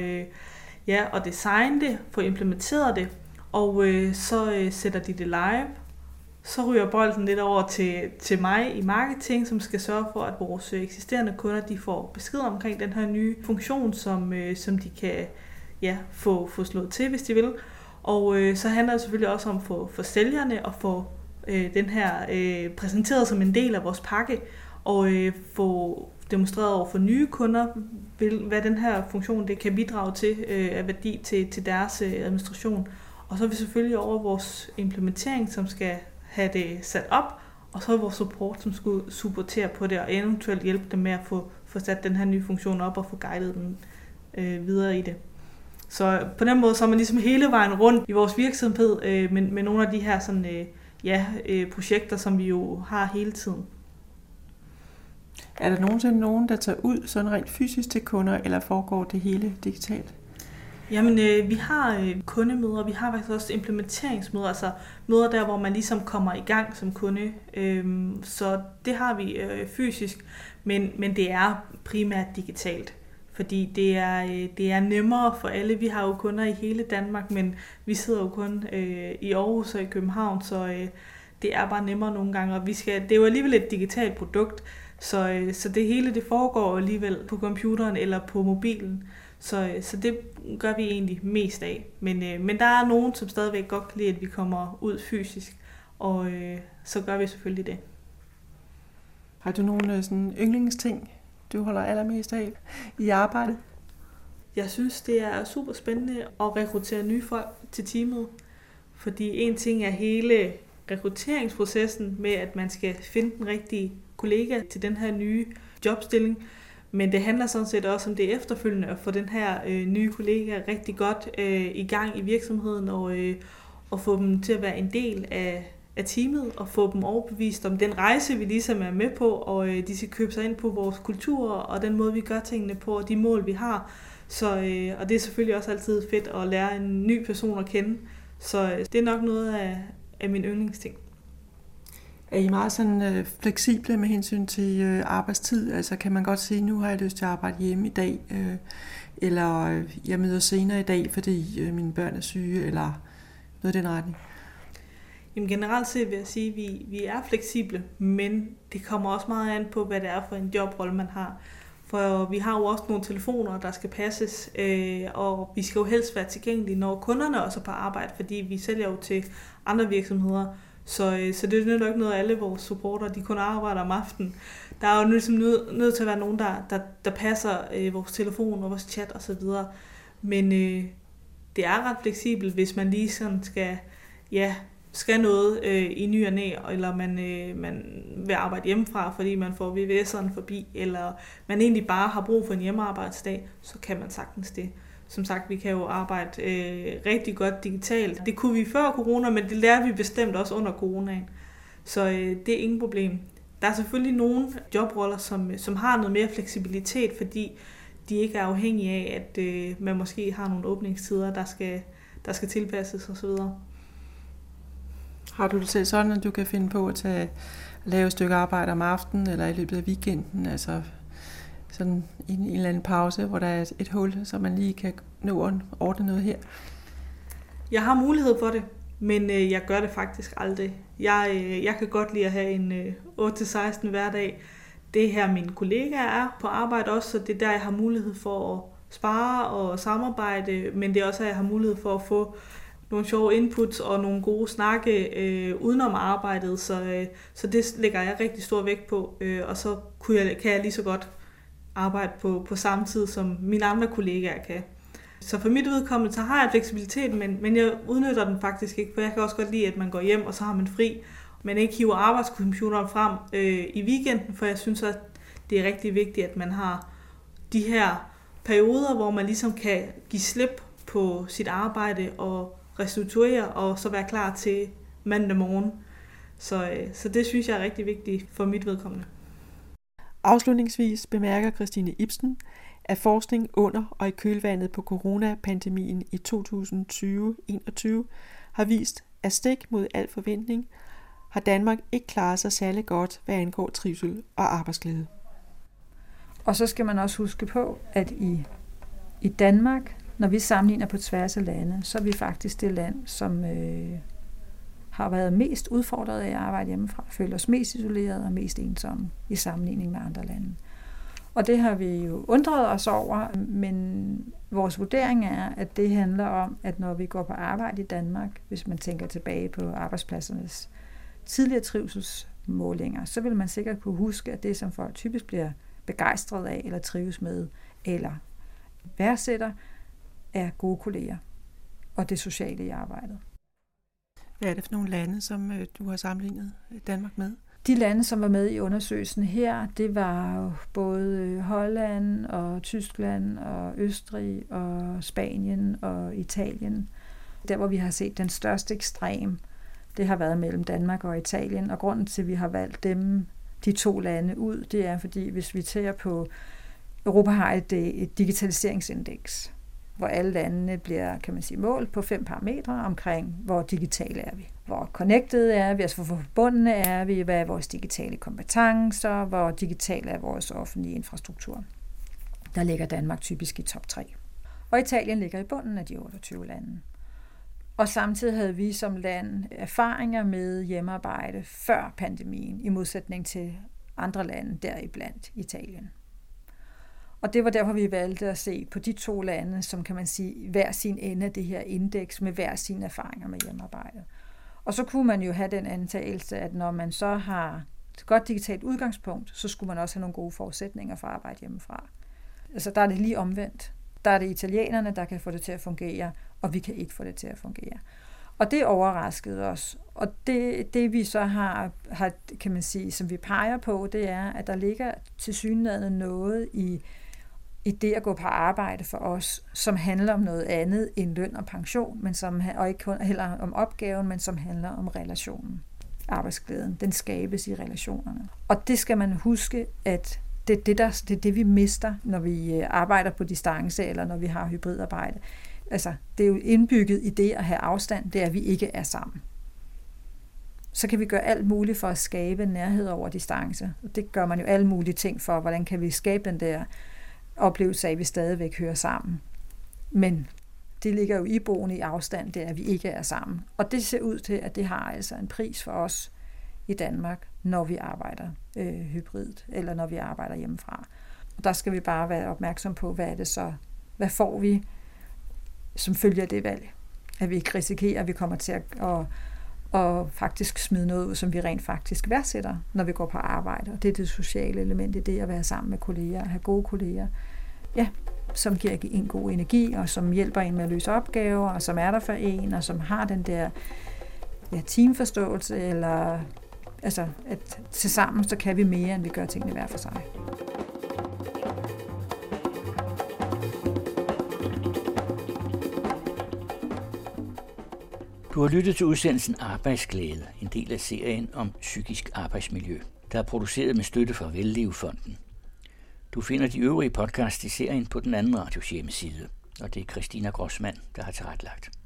at designe det, få implementeret det, og så sætter de det live. Så ryger bolden lidt over til mig i marketing, som skal sørge for, at vores eksisterende kunder de får besked omkring den her nye funktion, som de kan få slået til, hvis de vil. Og så handler det selvfølgelig også om for sælgerne at få den her præsenteret som en del af vores pakke, og få demonstreret over for nye kunder, hvad den her funktion det kan bidrage til af værdi til deres administration. Og så er vi selvfølgelig over vores implementering, som skal have det sat op, og så er vores support, som skulle supportere på det, og eventuelt hjælpe dem med at få sat den her nye funktion op og få guidet den videre i det. Så på den måde så er man ligesom hele vejen rundt i vores virksomhed med nogle af de her sådan, projekter, som vi jo har hele tiden. Er der nogensinde nogen, der tager ud sådan rent fysisk til kunder, eller foregår det hele digitalt? Jamen, vi har kundemøder, vi har faktisk også implementeringsmøder, altså møder der, hvor man ligesom kommer i gang som kunde. Så det har vi fysisk, men det er primært digitalt, fordi det er nemmere for alle. Vi har jo kunder i hele Danmark, men vi sidder jo kun i Aarhus og i København, så det er bare nemmere nogle gange, og det er jo alligevel et digitalt produkt, så det hele det foregår alligevel på computeren eller på mobilen. Så det gør vi egentlig mest af. Men der er nogen, som stadigvæk godt kan lide, at vi kommer ud fysisk, og så gør vi selvfølgelig det. Har du nogle sådan yndlingsting, du holder allermest af i arbejdet? Jeg synes, det er super spændende at rekruttere nye folk til teamet, fordi en ting er hele rekrutteringsprocessen med, at man skal finde den rigtige kollega til den her nye jobstilling, men det handler sådan set også om det efterfølgende at få den her nye kollega rigtig godt i gang i virksomheden og få dem til at være en del af teamet og få dem overbevist om den rejse, vi ligesom er med på, og de skal købe sig ind på vores kultur og den måde, vi gør tingene på og de mål, vi har. Og det er selvfølgelig også altid fedt at lære en ny person at kende. Så det er nok noget af min yndlingsting. Er I meget sådan fleksible med hensyn til arbejdstid? Altså kan man godt sige, nu har jeg lyst til at arbejde hjemme i dag, eller jeg møder senere i dag, fordi mine børn er syge, eller noget i den retning? Jamen generelt set vil jeg sige, at vi er fleksible, men det kommer også meget an på, hvad det er for en jobrolle, man har. For vi har jo også nogle telefoner, der skal passes, og vi skal jo helst være tilgængelige, når kunderne også er på arbejde, fordi vi sælger jo til andre virksomheder. Så det er jo ikke noget, alle vores supporter, de kun arbejder om aftenen. Der er jo ligesom nødt til at være nogen, der passer vores telefon og vores chat osv. Men det er ret fleksibelt, hvis man lige sådan skal noget i ny og næ, eller man vil arbejde hjemmefra, fordi man får VVS'eren forbi, eller man egentlig bare har brug for en hjemmearbejdsdag, så kan man sagtens det. Som sagt, vi kan jo arbejde rigtig godt digitalt. Det kunne vi før corona, men det lærte vi bestemt også under coronaen. Så det er ingen problem. Der er selvfølgelig nogle jobroller, som har noget mere fleksibilitet, fordi de ikke er afhængige af, at man måske har nogle åbningstider, der skal tilpasses osv. Har du det selv sådan, at du kan finde på at lave et stykke arbejde om aftenen eller i løbet af weekenden, altså sådan en eller anden pause, hvor der er et hul, så man lige kan nå at ordne noget her? Jeg har mulighed for det, men jeg gør det faktisk aldrig. Jeg kan godt lide at have en 8-16 hver dag. Det her mine kollegaer er på arbejde også, så det er der, jeg har mulighed for at spare og samarbejde, men det er også, at jeg har mulighed for at få nogle sjove inputs og nogle gode snakke udenom arbejdet, så det lægger jeg rigtig stor vægt på, og så kan jeg lige så godt arbejde på samme tid, som mine andre kollegaer kan. Så for mit udkommende, så har jeg fleksibilitet, men jeg udnytter den faktisk ikke, for jeg kan også godt lide, at man går hjem, og så har man fri, men ikke hiver arbejdscomputeren frem i weekenden, for jeg synes, at det er rigtig vigtigt, at man har de her perioder, hvor man ligesom kan give slip på sit arbejde og restituere, og så være klar til mandag morgen. Så det synes jeg er rigtig vigtigt for mit vedkommende. Afslutningsvis bemærker Christine Ibsen, at forskning under og i kølvandet på coronapandemien i 2020-21 har vist, at stik mod al forventning har Danmark ikke klaret sig særlig godt, hvad angår trivsel og arbejdsglæde. Og så skal man også huske på, at i Danmark, når vi sammenligner på tværs af lande, så er vi faktisk det land, som har været mest udfordret af at arbejde hjemmefra, føler os mest isoleret og mest ensomme i sammenligning med andre lande. Og det har vi jo undret os over, men vores vurdering er, at det handler om, at når vi går på arbejde i Danmark, hvis man tænker tilbage på arbejdspladsernes tidligere trivselsmålinger, så vil man sikkert kunne huske, at det, som folk typisk bliver begejstret af, eller trives med, eller værdsætter, er gode kolleger og det sociale i arbejdet. Hvad er det for nogle lande, som du har sammenlignet Danmark med? De lande, som var med i undersøgelsen her, det var både Holland og Tyskland og Østrig og Spanien og Italien. Der, hvor vi har set den største ekstrem, det har været mellem Danmark og Italien, og grunden til, at vi har valgt de to lande ud, det er, fordi hvis vi tager på Europa har et digitaliseringsindeks, hvor alle landene bliver, kan man sige, målt på 5 parametre omkring, hvor digitale er vi. Hvor connected er vi, altså hvor forbundne er vi, hvad er vores digitale kompetencer, hvor digital er vores offentlige infrastruktur. Der ligger Danmark typisk i top 3. Og Italien ligger i bunden af de 28 lande. Og samtidig havde vi som land erfaringer med hjemmearbejde før pandemien, i modsætning til andre lande, deriblandt Italien. Og det var derfor, vi valgte at se på de to lande, som kan man sige, hver sin ende af det her indeks med hver sine erfaringer med hjemmearbejde. Og så kunne man jo have den antagelse, at når man så har et godt digitalt udgangspunkt, så skulle man også have nogle gode forudsætninger for at arbejde hjemmefra. Altså der er det lige omvendt. Der er det italienerne, der kan få det til at fungere, og vi kan ikke få det til at fungere. Og det overraskede os. Og det vi så har, kan man sige, som vi peger på, det er, at der ligger tilsyneladende noget i det at gå på arbejde for os, som handler om noget andet end løn og pension, men og ikke kun heller om opgaven, men som handler om relationen. Arbejdsglæden, den skabes i relationerne. Og det skal man huske, at det er det, vi mister, når vi arbejder på distance, eller når vi har hybridarbejde. Altså, det er jo indbygget i det at have afstand, det er, at vi ikke er sammen. så kan vi gøre alt muligt for at skabe nærhed over distance. Og det gør man jo alle mulige ting for, hvordan kan vi skabe den der oplevelse af, at vi stadigvæk hører sammen. Men det ligger jo iboende i afstand, det er, at vi ikke er sammen. Og det ser ud til, at det har altså en pris for os i Danmark, når vi arbejder hybridt, eller når vi arbejder hjemmefra. Og der skal vi bare være opmærksom på, hvad er det så, hvad får vi, som følger det valg. At vi ikke risikerer, at vi kommer til at faktisk smide noget ud, som vi rent faktisk værdsætter, når vi går på arbejde. Og det er det sociale element i det at være sammen med kolleger, at have gode kolleger, ja, som giver en god energi, og som hjælper en med at løse opgaver, og som er der for en, og som har den der teamforståelse, eller altså, at tilsammen så kan vi mere, end vi gør tingene hver for sig. Du har lyttet til udsendelsen Arbejdsglæde, en del af serien om psykisk arbejdsmiljø, der er produceret med støtte fra Vellevefonden. Du finder de øvrige podcasts i serien på den anden radios hjemmeside, og det er Christina Grossmann, der har tilrettelagt.